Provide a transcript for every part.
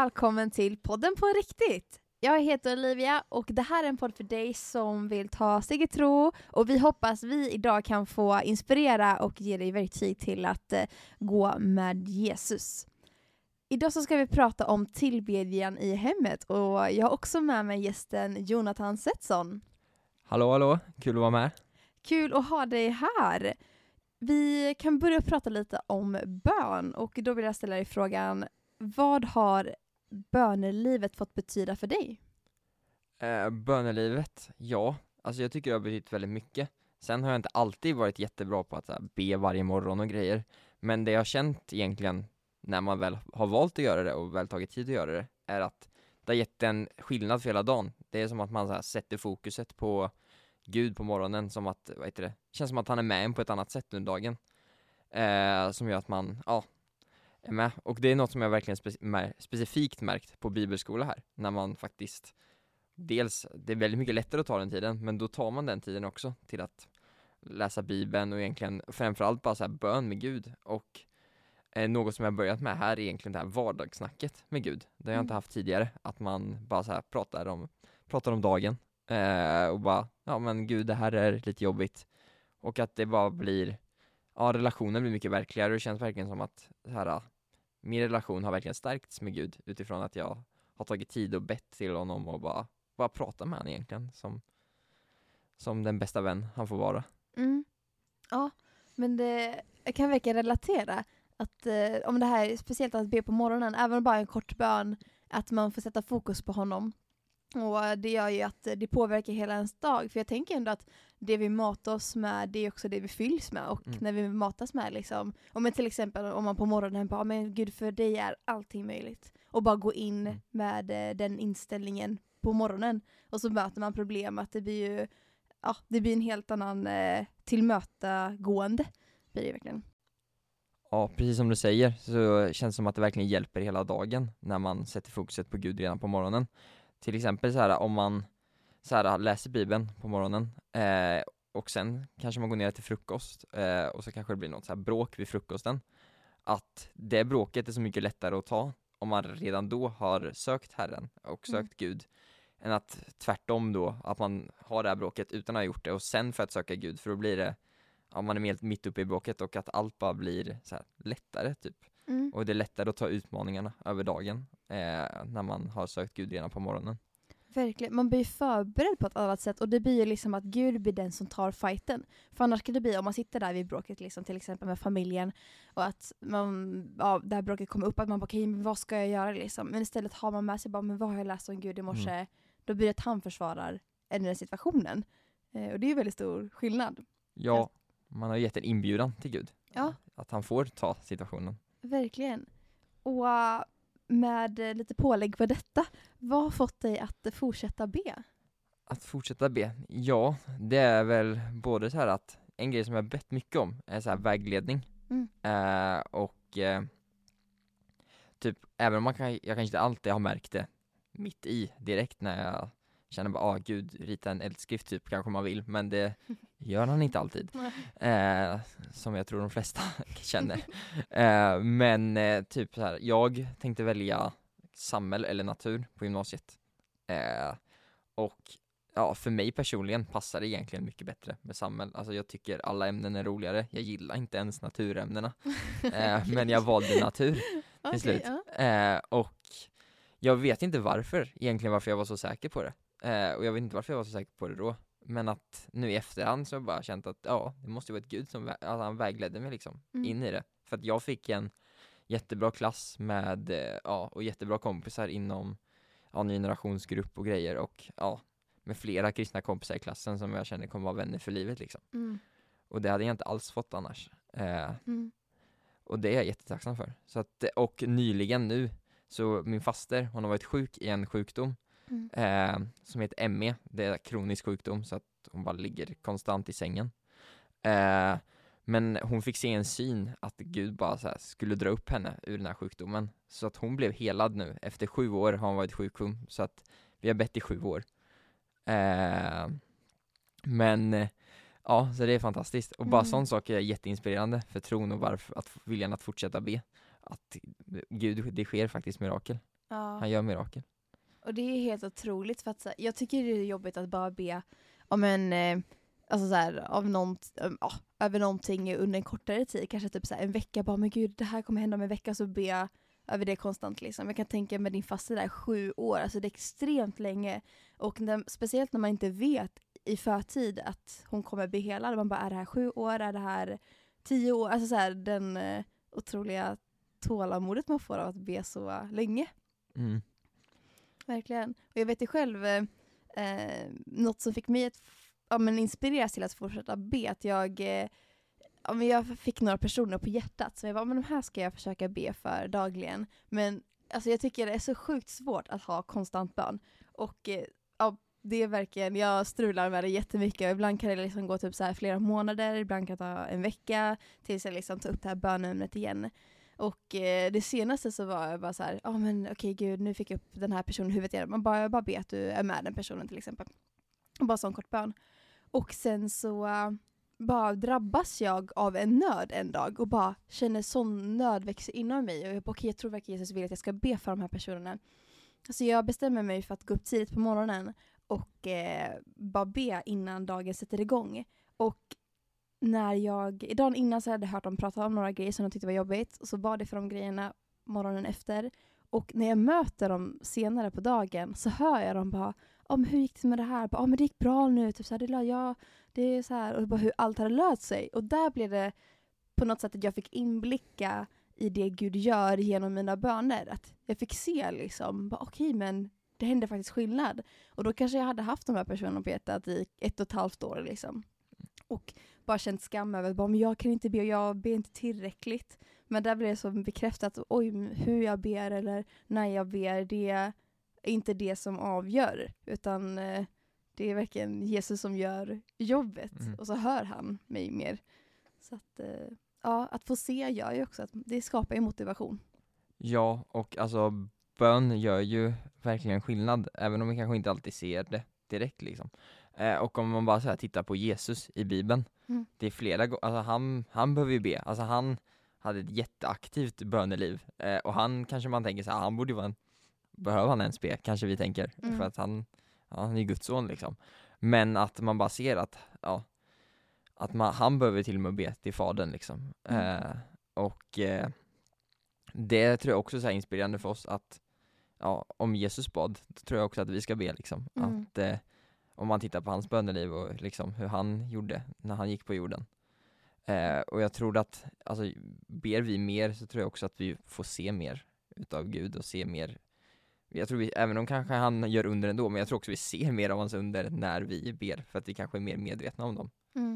välkommen till podden på riktigt. Jag heter Olivia och det här är en podd för dig som vill ta steg i tro, och vi hoppas vi idag kan få inspirera och ge dig verktyg till att gå med Jesus. Idag så ska vi prata om tillbedjan i hemmet, och jag har också med mig gästen Jonathan Setsson. Hallå, kul att vara med. Kul att ha dig här. Vi kan börja prata lite om bön, och då vill jag ställa dig frågan: vad har bönelivet fått betyda för dig? Bönelivet, ja. Alltså jag tycker det har betytt väldigt mycket. Sen har jag inte alltid varit jättebra på att be varje morgon och grejer. Men det jag har känt egentligen när man väl har valt att göra det och väl tagit tid att göra det, är att det har gett en skillnad för hela dagen. Det är som att man sätter fokuset på Gud på morgonen, som att, känns som att han är med en på ett annat sätt under dagen. Som gör att man, är med. Och det är något som jag verkligen specifikt märkt på bibelskola här. När man faktiskt, dels, det är väldigt mycket lättare att ta den tiden, men då tar man den tiden också till att läsa Bibeln och egentligen framförallt bara bön med Gud. Och något som jag börjat med här är egentligen det här vardagssnacket med Gud. Det har jag inte haft tidigare, att man bara pratar om dagen. Och bara, men Gud, det här är lite jobbigt. Och att det bara blir, relationen blir mycket verkligare, och det känns verkligen som att min relation har verkligen stärkts med Gud utifrån att jag har tagit tid och bett till honom och bara prata med honom egentligen som den bästa vän han får vara. Ja, men jag kan verkligen relatera att om det här, speciellt att be på morgonen, även bara en kort bön, att man får sätta fokus på honom. Och det gör ju att det påverkar hela ens dag. För jag tänker ändå att det vi matar oss med, det är också det vi fylls med. Och när vi matas med liksom, till exempel om man på morgonen bara, men Gud, för dig är allting möjligt. Och bara gå in med den inställningen på morgonen. Och så möter man problem, att det blir ju, det blir en helt annan tillmötagående. Blir det verkligen. Ja, precis som du säger, så känns det som att det verkligen hjälper hela dagen när man sätter fokuset på Gud redan på morgonen. Till exempel om man läser Bibeln på morgonen och sen kanske man går ner till frukost och så kanske det blir något bråk vid frukosten. Att det bråket är så mycket lättare att ta om man redan då har sökt Herren och sökt Gud, än att tvärtom då, att man har det här bråket utan att ha gjort det och sen för att söka Gud, för då blir det, man är helt mitt uppe i bråket, och att allt bara blir lättare typ. Och det är lättare att ta utmaningarna över dagen när man har sökt Gud redan på morgonen. Verkligen, man blir förberedd på ett annat sätt, och det blir ju liksom att Gud blir den som tar fighten. För annars kan det bli, om man sitter där vid bråket liksom, till exempel med familjen, och att det här bråket kommer upp, att man bara, okej, men vad ska jag göra liksom? Men istället har man med sig bara, men vad har jag läst om Gud i morse? Då blir det att han försvarar den situationen. Och det är ju väldigt stor skillnad. Ja, man har gett en inbjudan till Gud. Ja. Att han får ta situationen. Verkligen. Och med lite pålägg på detta, vad har fått dig att fortsätta be? Att fortsätta be? Ja, det är väl både att en grej som jag har bett mycket om är vägledning. Typ, även om jag kanske inte alltid har märkt det mitt i direkt när jag känner bara, Gud, rita en eldskrift typ, kanske man vill, men det gör han inte alltid. Som jag tror de flesta känner. Typ jag tänkte välja samhälle eller natur på gymnasiet. För mig personligen passar det egentligen mycket bättre med samhälle. Alltså jag tycker alla ämnen är roligare. Jag gillar inte ens naturämnena. Men jag valde natur till slut. Och jag vet inte varför jag var så säker på det. Och jag vet inte varför jag var så säker på det då. Men att nu i efterhand så har jag bara känt att det måste vara ett Gud som han vägledde mig liksom in i det. För att jag fick en jättebra klass med och jättebra kompisar inom ny generationsgrupp och grejer. Och med flera kristna kompisar i klassen som jag känner kommer vara vänner för livet liksom. Och det hade jag inte alls fått annars. Och det är jag jättetacksam för. Så att, och nyligen nu, så min faster, hon har varit sjuk i en sjukdom som heter ME. Det är kronisk sjukdom, så att hon bara ligger konstant i sängen. Men hon fick se en syn att Gud bara skulle dra upp henne ur den här sjukdomen. Så att hon blev helad nu. Efter 7 år har hon varit sjukdom. Så att vi har bett i 7 år. Så det är fantastiskt. Och bara sån sak är jätteinspirerande för tron och att viljan att fortsätta be. Att Gud, det sker faktiskt mirakel. Ja. Han gör mirakel. Och det är helt otroligt för att så här, jag tycker det är jobbigt att bara be om alltså så här, över någonting under en kortare tid. Kanske typ så här, en vecka, bara men gud det här kommer hända om en vecka, så ber jag över det konstant liksom. Jag kan tänka med din fasta där 7 år, alltså det är extremt länge. Och speciellt när man inte vet i förtid att hon kommer bli helad. Man bara, är det här 7 år, är det här 10 år? Alltså så här, den otroliga tålamodet man får av att be så länge. Mm. Verkligen. Och jag vet ju själv, något som fick mig att inspireras till att fortsätta be, att jag fick några personer på hjärtat, så jag bara, men de här ska jag försöka be för dagligen. Men alltså, jag tycker det är så sjukt svårt att ha konstant bön. Och det är verkligen, jag strular med det jättemycket. Ibland kan det liksom gå typ så här flera månader, ibland kan det ta en vecka tills jag liksom tar upp det här bönämnet igen. Och det senaste så var jag bara så här, men okej gud, nu fick jag upp den här personen i huvudet igen. Man bara be att du är med den personen till exempel. Bara sån kort bön. Och sen så bara drabbas jag av en nöd en dag och bara känner sån nöd växer inom mig. Och jag bara, jag tror verkligen Jesus vill att jag ska be för de här personerna. Så jag bestämmer mig för att gå upp tidigt på morgonen och bara be innan dagen sätter igång. Och dagen innan så hade jag hört dem prata om några grejer som de tyckte var jobbigt. Och så bad jag för de grejerna morgonen efter. Och när jag möter dem senare på dagen så hör jag dem bara, hur gick det med det här? Bara, men det gick bra nu. Typ så här, det är så här. Och bara hur allt hade löst sig. Och där blev det på något sätt att jag fick inblicka i det Gud gör genom mina böner. Att jag fick se liksom, okej, men det hände faktiskt skillnad. Och då kanske jag hade haft de här personerna på hjärtat i 1,5 år liksom. Och bara känt skam över att men jag kan inte be, jag ber inte tillräckligt. Men där blev det så bekräftat, hur jag ber eller när jag ber, det är inte det som avgör, utan det är verkligen Jesus som gör jobbet. Och så hör han mig mer. Så att, att få se gör ju också att det skapar ju motivation. Ja, och alltså bön gör ju verkligen skillnad, även om vi kanske inte alltid ser det direkt liksom. Och om man bara så här tittar på Jesus i Bibeln, det är flera gånger, alltså han behöver ju be, alltså han hade ett jätteaktivt böneliv, och han kanske man tänker så här, han borde vara behöver han ens be, kanske vi tänker, för att han är Guds son liksom. Men att man bara ser att han behöver till och med be till fadern liksom. Det tror jag också är så här inspirerande för oss, att om Jesus bad, då tror jag också att vi ska be liksom. Att om man tittar på hans böneliv och liksom hur han gjorde när han gick på jorden. Och jag tror att alltså, ber vi mer, så tror jag också att vi får se mer utav Gud och se mer. Jag tror även om kanske han gör under ändå, men jag tror också vi ser mer av hans under när vi ber, för att vi kanske är mer medvetna om dem.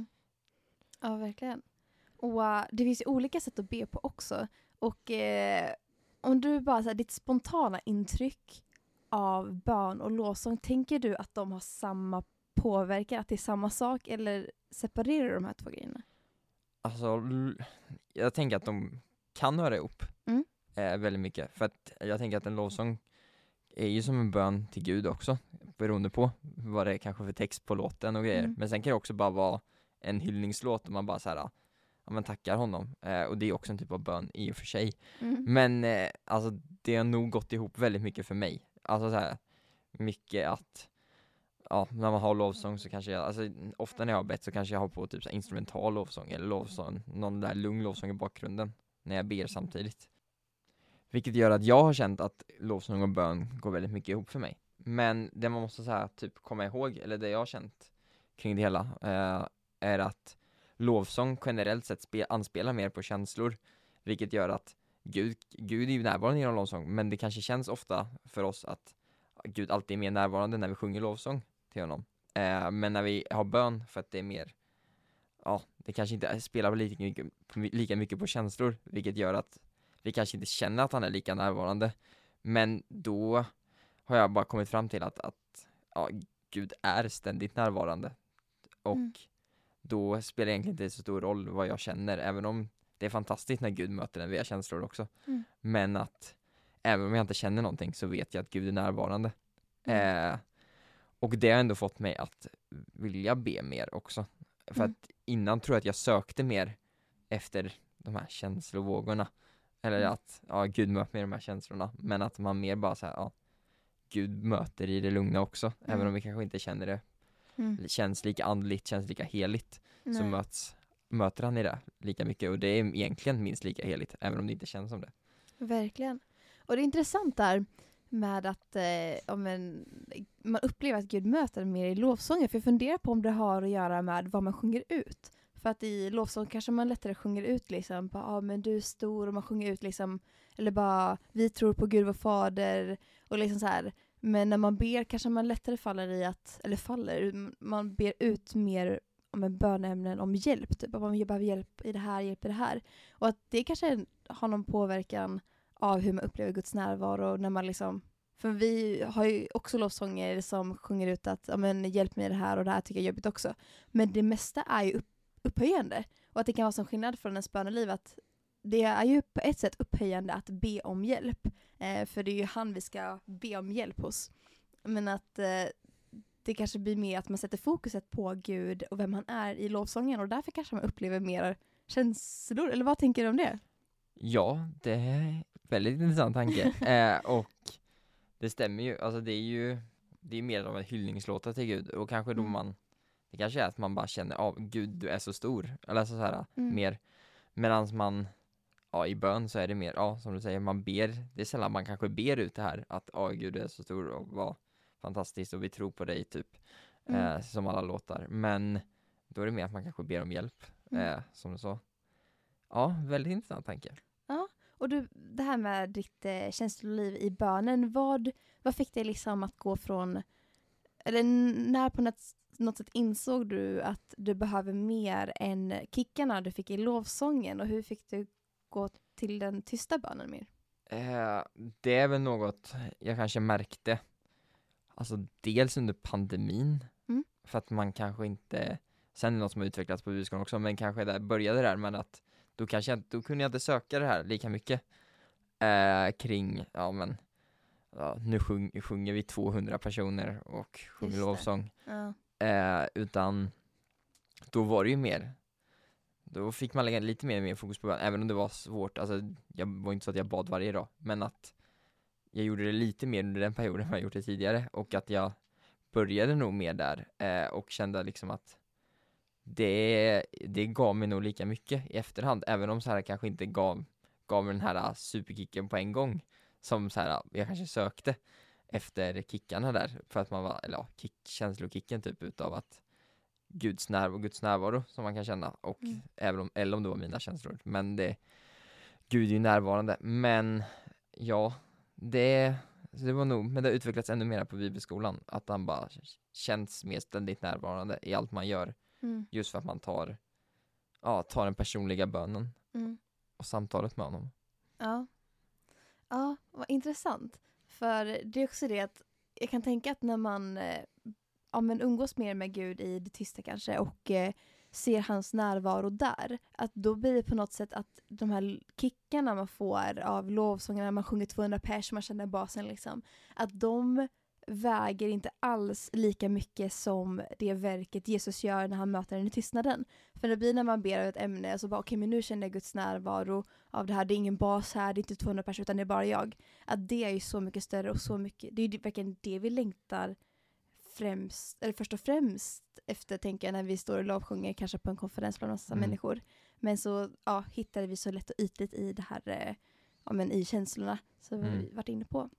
Ja, verkligen. Och det finns ju olika sätt att be på också. Och om du bara så här, ditt spontana intryck av bön och lovsång, tänker du att de har samma påverkan, att det är samma sak, eller separerar du de här två grejerna? Alltså, jag tänker att de kan höra ihop väldigt mycket, för att jag tänker att en lovsång är ju som en bön till Gud också, beroende på vad det är kanske för text på låten och grejer. Men sen kan det också bara vara en hyllningslåt och man bara så här, man tackar honom. Och det är också en typ av bön i och för sig. Men alltså det har nog gått ihop väldigt mycket för mig. Alltså så här, mycket att när man har lovsång så kanske ofta när jag har bett så kanske jag har på typ så här instrumental lovsång eller lovsång, någon där lugn lovsång i bakgrunden när jag ber samtidigt. Vilket gör att jag har känt att lovsång och bön går väldigt mycket ihop för mig. Men det man måste så här, typ komma ihåg, eller det jag har känt kring det hela, är att lovsång generellt sett anspelar mer på känslor. Vilket gör att Gud är ju närvarande genom lovsång, men det kanske känns ofta för oss att Gud alltid är mer närvarande när vi sjunger lovsång till honom. Men när vi har bön, för att det är mer, det kanske inte spelar lika mycket på känslor, vilket gör att vi kanske inte känner att han är lika närvarande. Men då har jag bara kommit fram till att Gud är ständigt närvarande. Och då spelar det egentligen inte så stor roll vad jag känner, även om det är fantastiskt när Gud möter en via känslor också. Men att även om jag inte känner någonting så vet jag att Gud är närvarande. Och det har ändå fått mig att vilja be mer också. För att innan tror jag att jag sökte mer efter de här känslovågorna. Eller att, Gud möter med de här känslorna. Men att man mer bara så här, Gud möter i det lugna också. Även om vi kanske inte känner det. Känns lika andligt, känns lika heligt. Så Nej. möter han i det lika mycket. Och det är egentligen minst lika heligt. Även om det inte känns som det. Verkligen. Och det är intressant där med att man upplever att Gud möter mer i lovsången. För jag funderar på om det har att göra med vad man sjunger ut. För att i lovsång kanske man lättare sjunger ut liksom, men du är stor, och man sjunger ut liksom, eller bara vi tror på Gud vår fader och liksom så här. Men när man ber kanske man lättare faller i att, man ber ut mer om en bönämnen om hjälp, typ att man behöver hjälp i det här. Och att det kanske har någon påverkan av hur man upplever Guds närvaro när man liksom, för vi har ju också lovsånger som sjunger ut att hjälp mig i det här och det här tycker jag är jobbigt också. Men det mesta är ju upphöjande. Och att det kan vara som skillnad från ens böneliv, att det är ju på ett sätt upphöjande att be om hjälp. För det är ju han vi ska be om hjälp hos. Men att det kanske blir mer att man sätter fokuset på Gud och vem han är i lovsången. Och därför kanske man upplever mer känslor. Eller vad tänker du om det? Ja, det är väldigt intressant tanke. Och det stämmer ju. Alltså det är mer av en hyllningslåta till Gud. Och kanske då det kanske är att man bara känner Gud, du är så stor. Eller så här mer. Medan man i bön så är det mer, som du säger, man ber. Det är sällan man kanske ber ut det här. Att Gud är så stor och vad fantastiskt och vi tror på dig typ. Som alla låtar. Men då är det mer att man kanske ber om hjälp. Som du sa. Ja, väldigt intressant tanke. Ja, och det här med ditt känsloliv i bönen, vad fick dig liksom att gå från, eller när på något sätt insåg du att du behöver mer än kickarna du fick i lovsången, och hur fick du gå till den tysta bönen mer? Det är väl något jag kanske märkte, alltså dels under pandemin, för att man kanske inte, sen är det något som har utvecklats på bibelskolan också, men kanske där började där med att då kunde jag inte söka det här lika mycket kring, nu sjunger vi 200 personer och sjunger lovsång. Utan då var det ju mer, då fick man lägga lite mer fokus på bön, även om det var svårt. Alltså, jag var inte så att jag bad varje dag, men att jag gjorde det lite mer under den perioden än jag gjort det tidigare, och att jag började nog mer där och kände liksom att det gav mig nog lika mycket i efterhand, även om så här kanske inte gav mig den här superkicken på en gång som så här jag kanske sökte efter kickarna där, för att man var, känslokicken typ utav att Guds närvaro som man kan känna, och eller om det var mina känslor, men Gud är ju närvarande. Men det var nog, men det har utvecklats ännu mer på bibelskolan, att han bara känns mer ständigt närvarande i allt man gör. Just för att man tar den personliga bönen och samtalet med honom. Ja, vad intressant. För det är också det att jag kan tänka att när man umgås mer med Gud i det tysta kanske, och ser hans närvaro där, att då blir det på något sätt att de här kickarna man får av lovsångerna, man sjunger 200 pers, man känner basen liksom, att de väger inte alls lika mycket som det verket Jesus gör när han möter den i tystnaden. För det blir när man ber av ett ämne, så bara okej, men nu känner jag Guds närvaro av det här, det är ingen bas här, det är inte 200 personer utan det är bara jag. Att det är ju så mycket större och så mycket, det är ju verkligen det vi längtar först och främst efter, tänker jag, när vi står och lovsjunger kanske på en konferens bland massa människor. Men så hittade vi så lätt och ytligt i det här i känslorna som vi varit inne på.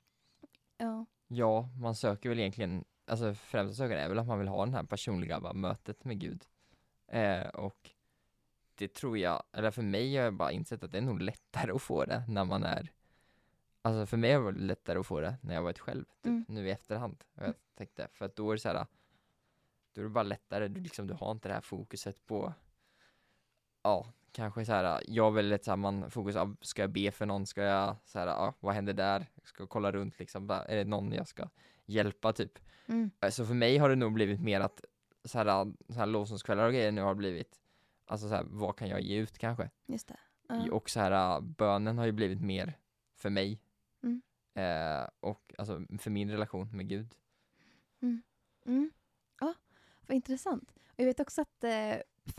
Ja, man söker väl egentligen, alltså främst söker är väl att man vill ha den här personliga mötet med Gud. Och det tror jag, eller för mig har jag bara insett att det är nog lättare att få det när man är, alltså för mig har det varit lättare att få det när jag varit själv, typ, nu i efterhand. Och jag tänkte, för att då är det så här, då är det bara lättare, du har inte det här fokuset på, kanske så här, jag vill lite så här, man fokus av, ska jag be för någon, ska jag så här, vad händer där, ska jag kolla runt liksom, bara, är det någon jag ska hjälpa typ. Så för mig har det nog blivit mer att så här lovsångskvällar och grejer nu har blivit, alltså så här, vad kan jag ge ut kanske. Just det. Och så här, bönen har ju blivit mer för mig. Och alltså för min relation med Gud. Ja, vad intressant. Och jag vet också att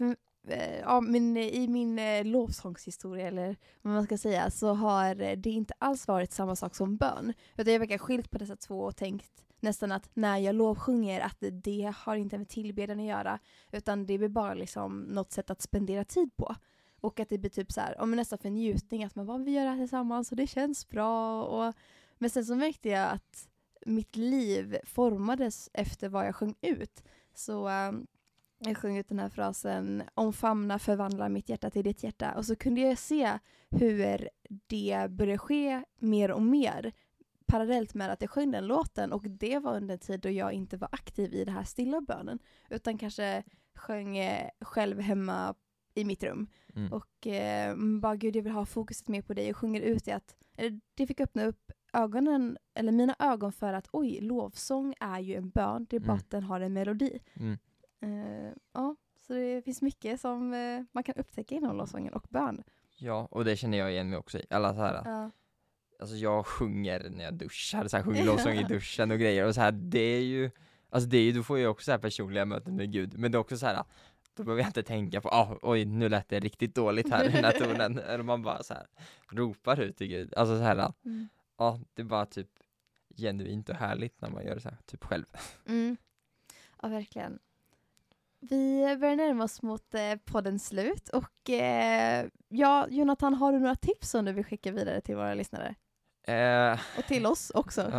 i min lovsångshistoria, eller vad man ska säga, så har det inte alls varit samma sak som bön. Utan jag verkar skilt på dessa två och tänkt nästan att när jag lovsjunger att det har inte med tillbedjan att göra, utan det blir bara liksom något sätt att spendera tid på. Och att det blir typ så här, om nästan för njutning, att man bara vill göra det här tillsammans och det känns bra. Men sen så märkte jag att mitt liv formades efter vad jag sjöng ut. Så jag sjöng ut den här frasen: omfamna, förvandla mitt hjärta till ditt hjärta. Och så kunde jag se hur det började ske mer och mer parallellt med att jag sjöng den låten. Och det var under en tid då jag inte var aktiv i det här stilla bönen, utan kanske sjöng själv hemma i mitt rum. Och bara, Gud, jag vill ha fokuset mer på dig, och sjunger ut i att, eller det fick öppna upp ögonen, eller mina ögon, för att oj, lovsång är ju en bön, det är bara att den har en melodi. Ja, så det finns mycket som man kan upptäcka inom lovsången och bön. Ja, och det känner jag igen mig också i. Alla så här, alltså jag sjunger när jag duschar, så här, sjunger lovsång i duschen och grejer, och så här, det är ju, då får jag också så här personliga möten med Gud, men det är också så här, då behöver jag inte tänka på, oj, nu lät det riktigt dåligt här i den här tonen, eller man bara så här ropar ut till Gud, alltså så här, det är bara typ genuint och härligt när man gör det så här, typ själv. Ja, verkligen. Vi börjar närma oss mot poddens slut, och Jonathan, har du några tips som du vill skicka vidare till våra lyssnare? Och till oss också.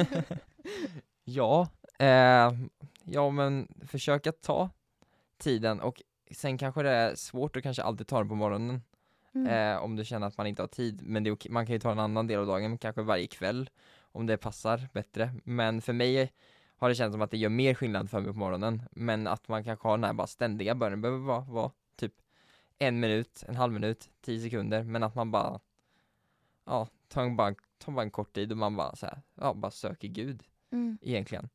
Men försök att ta tiden, och sen kanske det är svårt att kanske alltid ta den på morgonen om du känner att man inte har tid, men man kan ju ta en annan del av dagen, kanske varje kväll om det passar bättre. Men för mig har det känts som att det gör mer skillnad för mig på morgonen, men att man kanske har den här bara ständiga början, behöver vara typ 1 minut, en halv minut, 10 sekunder, men att man bara tar bara en kort tid och man bara så här, bara söker Gud egentligen.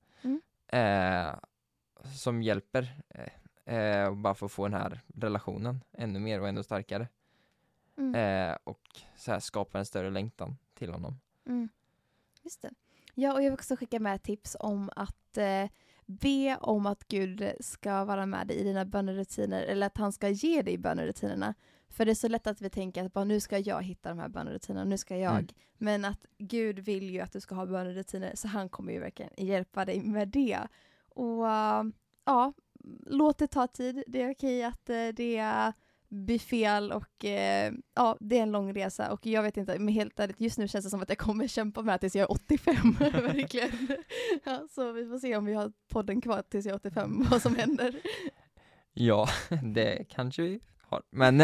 Som hjälper bara för att få den här relationen ännu mer och ännu starkare. Och så här skapa en större längtan till honom. Just det. Ja, och jag vill också skicka med tips om att be om att Gud ska vara med dig i dina bönerutiner, eller att han ska ge dig bönerutinerna. För det är så lätt att vi tänker att bara, nu ska jag hitta de här bönerutinerna, nu ska jag. Men att Gud vill ju att du ska ha bönerutiner, så han kommer ju verkligen hjälpa dig med det. Och låt det ta tid. Det är okej att det blir fel, och det är en lång resa, och jag vet inte, men helt ärligt, just nu känns det som att jag kommer kämpa med det här tills jag är 85. Verkligen. Så vi får se om vi har podden kvar tills jag är 85, vad som händer. Ja, det kanske vi har. Men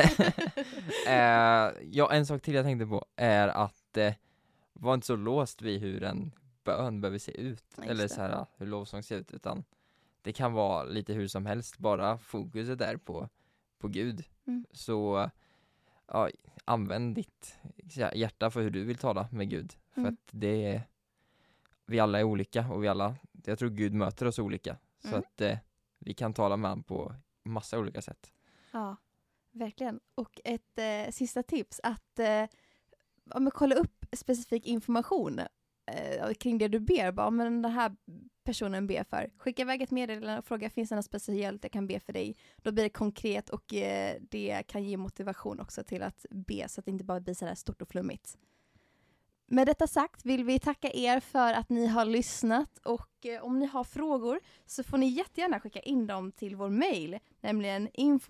en sak till jag tänkte på är att var inte så låst vid hur en bön behöver se ut, eller så här, hur lovsång ser ut, utan det kan vara lite hur som helst, bara fokuset är på Gud. Så använd ditt hjärta för hur du vill tala med Gud, för att vi alla är olika, och jag tror Gud möter oss olika, så att vi kan tala med honom på massa olika sätt. Ja, verkligen. Och ett sista tips, att kolla upp specifik information kring det du ber. Bara, men den här personen ber för. Skicka iväg ett meddelande och fråga, finns det något speciellt jag kan be för dig? Då blir det konkret, och det kan ge motivation också till att be, så att det inte bara blir så här stort och flummigt. Med detta sagt vill vi tacka er för att ni har lyssnat, och om ni har frågor så får ni jättegärna skicka in dem till vår mejl, nämligen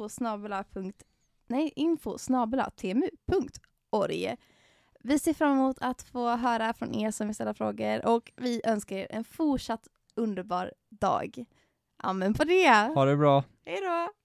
info@tmu.org. Vi ser fram emot att få höra från er som vill ställa frågor, och vi önskar er en fortsatt underbar dag. Amen på det. Ha det bra. Hej då.